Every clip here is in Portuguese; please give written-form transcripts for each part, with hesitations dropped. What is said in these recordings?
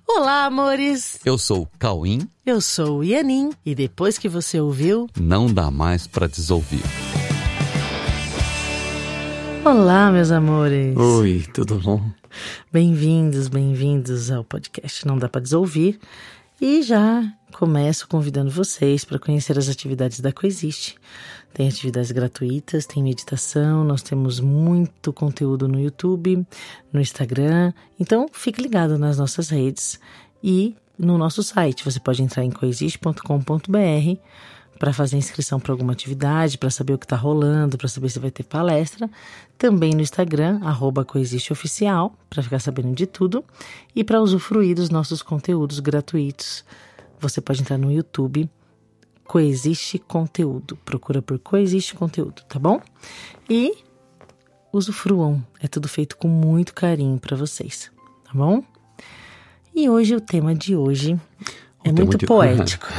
Olá, amores! Eu sou o Cauim. Eu sou o Ianin. E depois que você ouviu, não dá mais pra desouvir. Olá, meus amores! Oi, tudo bom? Bem-vindos ao podcast Não Dá Pra Desouvir. E já começo convidando vocês para conhecer as atividades da Coexiste. Tem atividades gratuitas, tem meditação, nós temos muito conteúdo no YouTube, no Instagram. Então, fique ligado nas nossas redes e no nosso site. Você pode entrar em coexiste.com.br para fazer inscrição para alguma atividade, para saber o que está rolando, para saber se vai ter palestra. Também no Instagram, @coexisteoficial, para ficar sabendo de tudo. E para usufruir dos nossos conteúdos gratuitos, você pode entrar no YouTube, Coexiste Conteúdo. Procura por Coexiste Conteúdo, tá bom? E usufruam. É tudo feito com muito carinho para vocês, tá bom? E hoje, o tema de hoje é muito poético.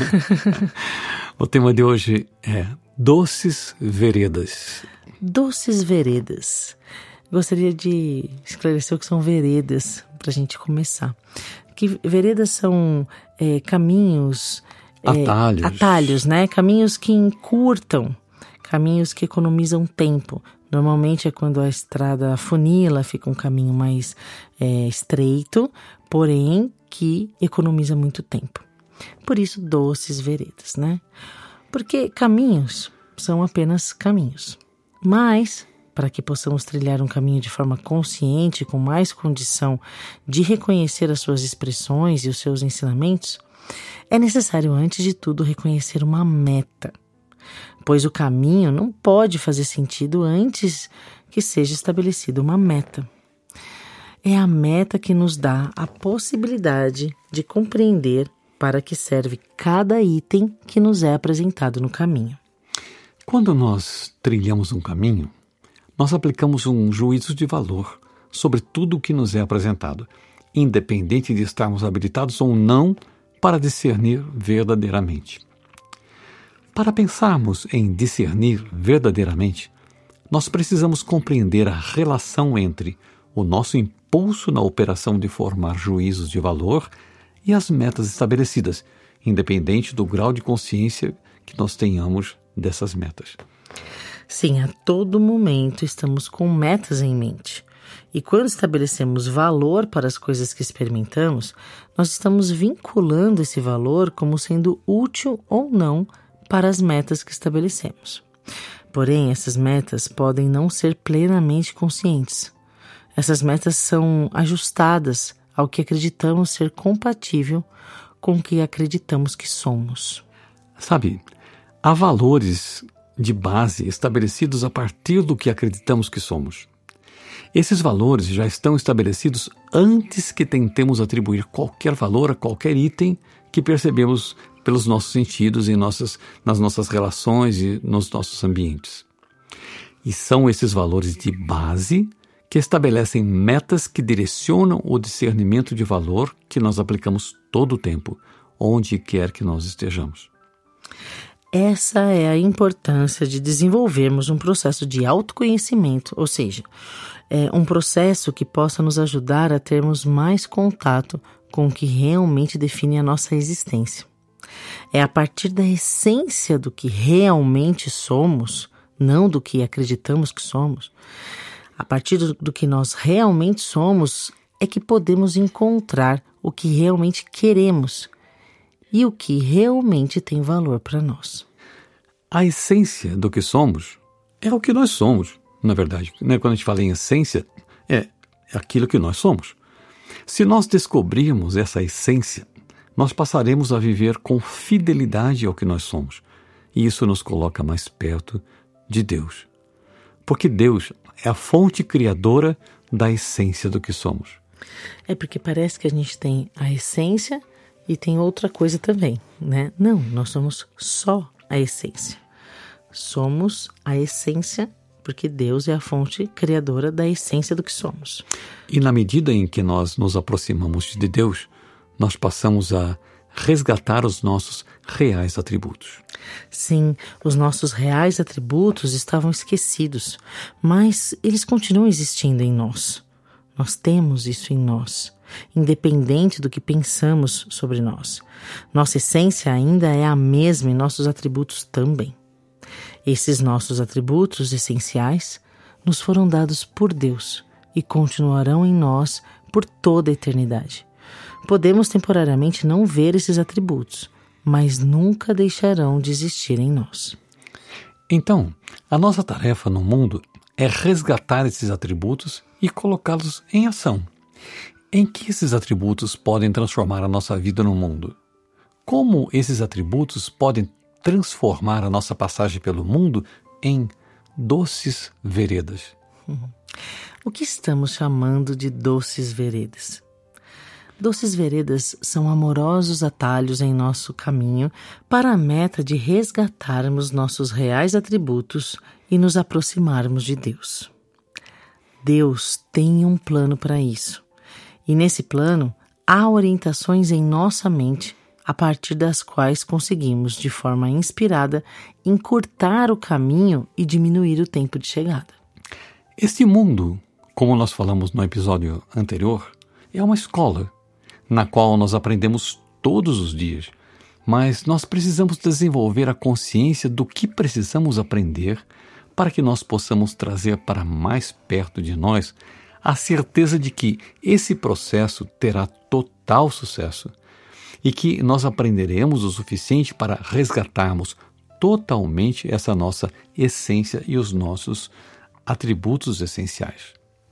O tema de hoje é Doces Veredas. Doces Veredas. Gostaria de esclarecer o que são veredas para a gente começar. Que veredas são caminhos... Atalhos, né? Caminhos que encurtam, caminhos que economizam tempo. Normalmente é quando a estrada afunila, fica um caminho mais estreito, porém que economiza muito tempo. Por isso, doces veredas, né? Porque caminhos são apenas caminhos. Mas, para que possamos trilhar um caminho de forma consciente, com mais condição de reconhecer as suas expressões e os seus ensinamentos, é necessário, antes de tudo, reconhecer uma meta, pois o caminho não pode fazer sentido antes que seja estabelecida uma meta. É a meta que nos dá a possibilidade de compreender para que serve cada item que nos é apresentado no caminho. Quando nós trilhamos um caminho, nós aplicamos um juízo de valor sobre tudo o que nos é apresentado, independente de estarmos habilitados ou não para discernir verdadeiramente. Para pensarmos em discernir verdadeiramente, nós precisamos compreender a relação entre o nosso impulso na operação de formar juízos de valor e as metas estabelecidas, independente do grau de consciência que nós tenhamos dessas metas. Sim, a todo momento estamos com metas em mente. E quando estabelecemos valor para as coisas que experimentamos, nós estamos vinculando esse valor como sendo útil ou não para as metas que estabelecemos. Porém, essas metas podem não ser plenamente conscientes. Essas metas são ajustadas ao que acreditamos ser compatível com o que acreditamos que somos. Sabe, há valores de base estabelecidos a partir do que acreditamos que somos. Esses valores já estão estabelecidos antes que tentemos atribuir qualquer valor a qualquer item que percebemos pelos nossos sentidos nas nossas relações e nos nossos ambientes. E são esses valores de base que estabelecem metas que direcionam o discernimento de valor que nós aplicamos todo o tempo, onde quer que nós estejamos. Essa é a importância de desenvolvermos um processo de autoconhecimento, ou seja, um processo que possa nos ajudar a termos mais contato com o que realmente define a nossa existência. É a partir da essência do que realmente somos, não do que acreditamos que somos, a partir do que nós realmente somos, é que podemos encontrar o que realmente queremos e o que realmente tem valor para nós. A essência do que somos é o que nós somos, na verdade. Quando a gente fala em essência, é aquilo que nós somos. Se nós descobrirmos essa essência, nós passaremos a viver com fidelidade ao que nós somos. E isso nos coloca mais perto de Deus. Porque Deus é a fonte criadora da essência do que somos. É porque parece que a gente tem a essência e tem outra coisa também, né? Não, nós somos só a essência. Somos a essência porque Deus é a fonte criadora da essência do que somos. E na medida em que nós nos aproximamos de Deus, nós passamos a resgatar os nossos reais atributos. Sim, os nossos reais atributos estavam esquecidos, mas eles continuam existindo em nós. Nós temos isso em nós. independente do que pensamos sobre nós. Nossa essência ainda é a mesma e nossos atributos também. Esses nossos atributos essenciais nos foram dados por Deus e continuarão em nós por toda a eternidade. Podemos temporariamente não ver esses atributos, mas nunca deixarão de existir em nós. Então, a nossa tarefa no mundo é resgatar esses atributos e colocá-los em ação. Em que esses atributos podem transformar a nossa vida no mundo? Como esses atributos podem transformar a nossa passagem pelo mundo em doces veredas? O que estamos chamando de doces veredas? Doces veredas são amorosos atalhos em nosso caminho para a meta de resgatarmos nossos reais atributos e nos aproximarmos de Deus. Deus tem um plano para isso, e nesse plano há orientações em nossa mente a partir das quais conseguimos, de forma inspirada, encurtar o caminho e diminuir o tempo de chegada. Este mundo, como nós falamos no episódio anterior, é uma escola na qual nós aprendemos todos os dias, mas nós precisamos desenvolver a consciência do que precisamos aprender para que nós possamos trazer para mais perto de nós a certeza de que esse processo terá total sucesso e que nós aprenderemos o suficiente para resgatarmos totalmente essa nossa essência e os nossos atributos essenciais.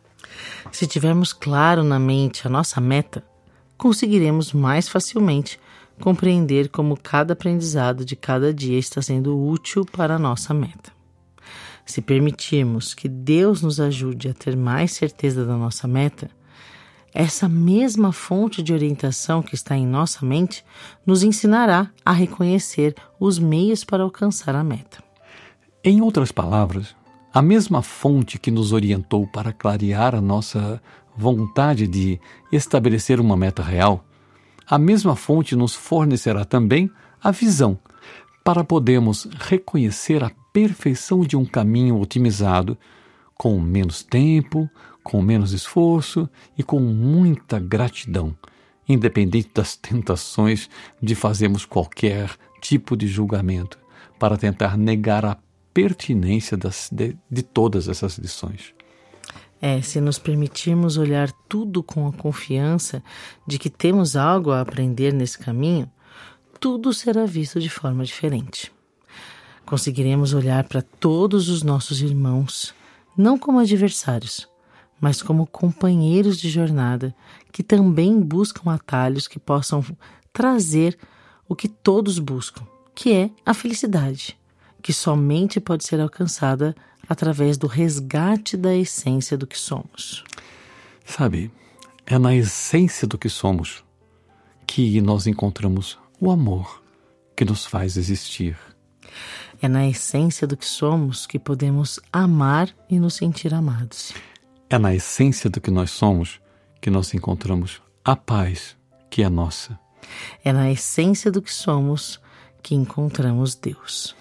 Se tivermos claro na mente a nossa meta, conseguiremos mais facilmente compreender como cada aprendizado de cada dia está sendo útil para a nossa meta. Se permitirmos que Deus nos ajude a ter mais certeza da nossa meta, essa mesma fonte de orientação que está em nossa mente nos ensinará a reconhecer os meios para alcançar a meta. Em outras palavras, a mesma fonte que nos orientou para clarear a nossa vontade de estabelecer uma meta real, a mesma fonte nos fornecerá também a visão para podermos reconhecer a perfeição de um caminho otimizado, com menos tempo, com menos esforço e com muita gratidão, independente das tentações de fazermos qualquer tipo de julgamento, para tentar negar a pertinência de todas essas lições. Se nos permitirmos olhar tudo com a confiança de que temos algo a aprender nesse caminho, tudo será visto de forma diferente. Conseguiremos olhar para todos os nossos irmãos, não como adversários, mas como companheiros de jornada que também buscam atalhos que possam trazer o que todos buscam, que é a felicidade, que somente pode ser alcançada através do resgate da essência do que somos. Sabe, é na essência do que somos que nós encontramos o amor que nos faz existir. É na essência do que somos que podemos amar e nos sentir amados. É na essência do que nós somos que nós encontramos a paz que é nossa. É na essência do que somos que encontramos Deus.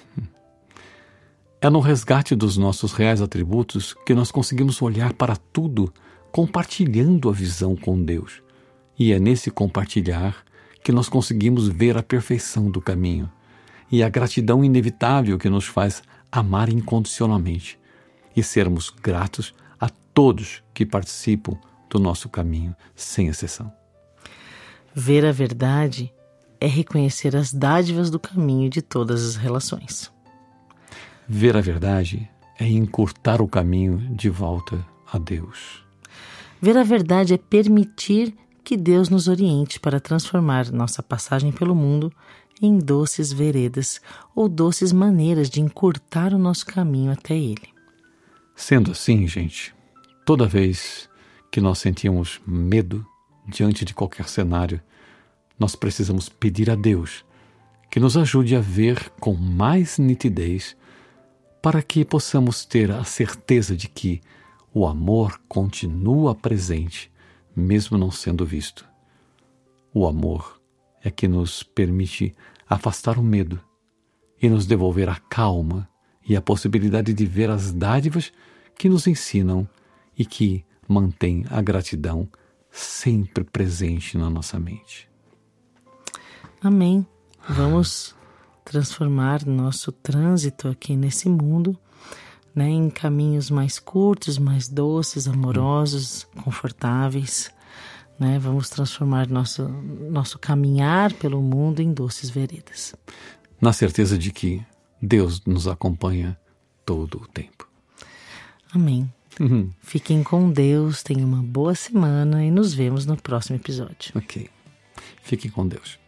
É no resgate dos nossos reais atributos que nós conseguimos olhar para tudo compartilhando a visão com Deus. E é nesse compartilhar que nós conseguimos ver a perfeição do caminho e a gratidão inevitável que nos faz amar incondicionalmente e sermos gratos a todos que participam do nosso caminho, sem exceção. Ver a verdade é reconhecer as dádivas do caminho de todas as relações. Ver a verdade é encurtar o caminho de volta a Deus. Ver a verdade é permitir que Deus nos oriente para transformar nossa passagem pelo mundo em doces veredas ou doces maneiras de encurtar o nosso caminho até Ele. Sendo assim, gente, toda vez que nós sentimos medo diante de qualquer cenário, nós precisamos pedir a Deus que nos ajude a ver com mais nitidez para que possamos ter a certeza de que o amor continua presente, mesmo não sendo visto. O amor é que nos permite afastar o medo e nos devolver a calma e a possibilidade de ver as dádivas que nos ensinam e que mantém a gratidão sempre presente na nossa mente. Amém. Vamos transformar nosso trânsito aqui nesse mundo, né, em caminhos mais curtos, mais doces, amorosos, confortáveis, né? Vamos transformar nosso caminhar pelo mundo em doces veredas. Na certeza de que Deus nos acompanha todo o tempo. Amém. Fiquem com Deus, tenham uma boa semana e nos vemos no próximo episódio. Ok. Fiquem com Deus.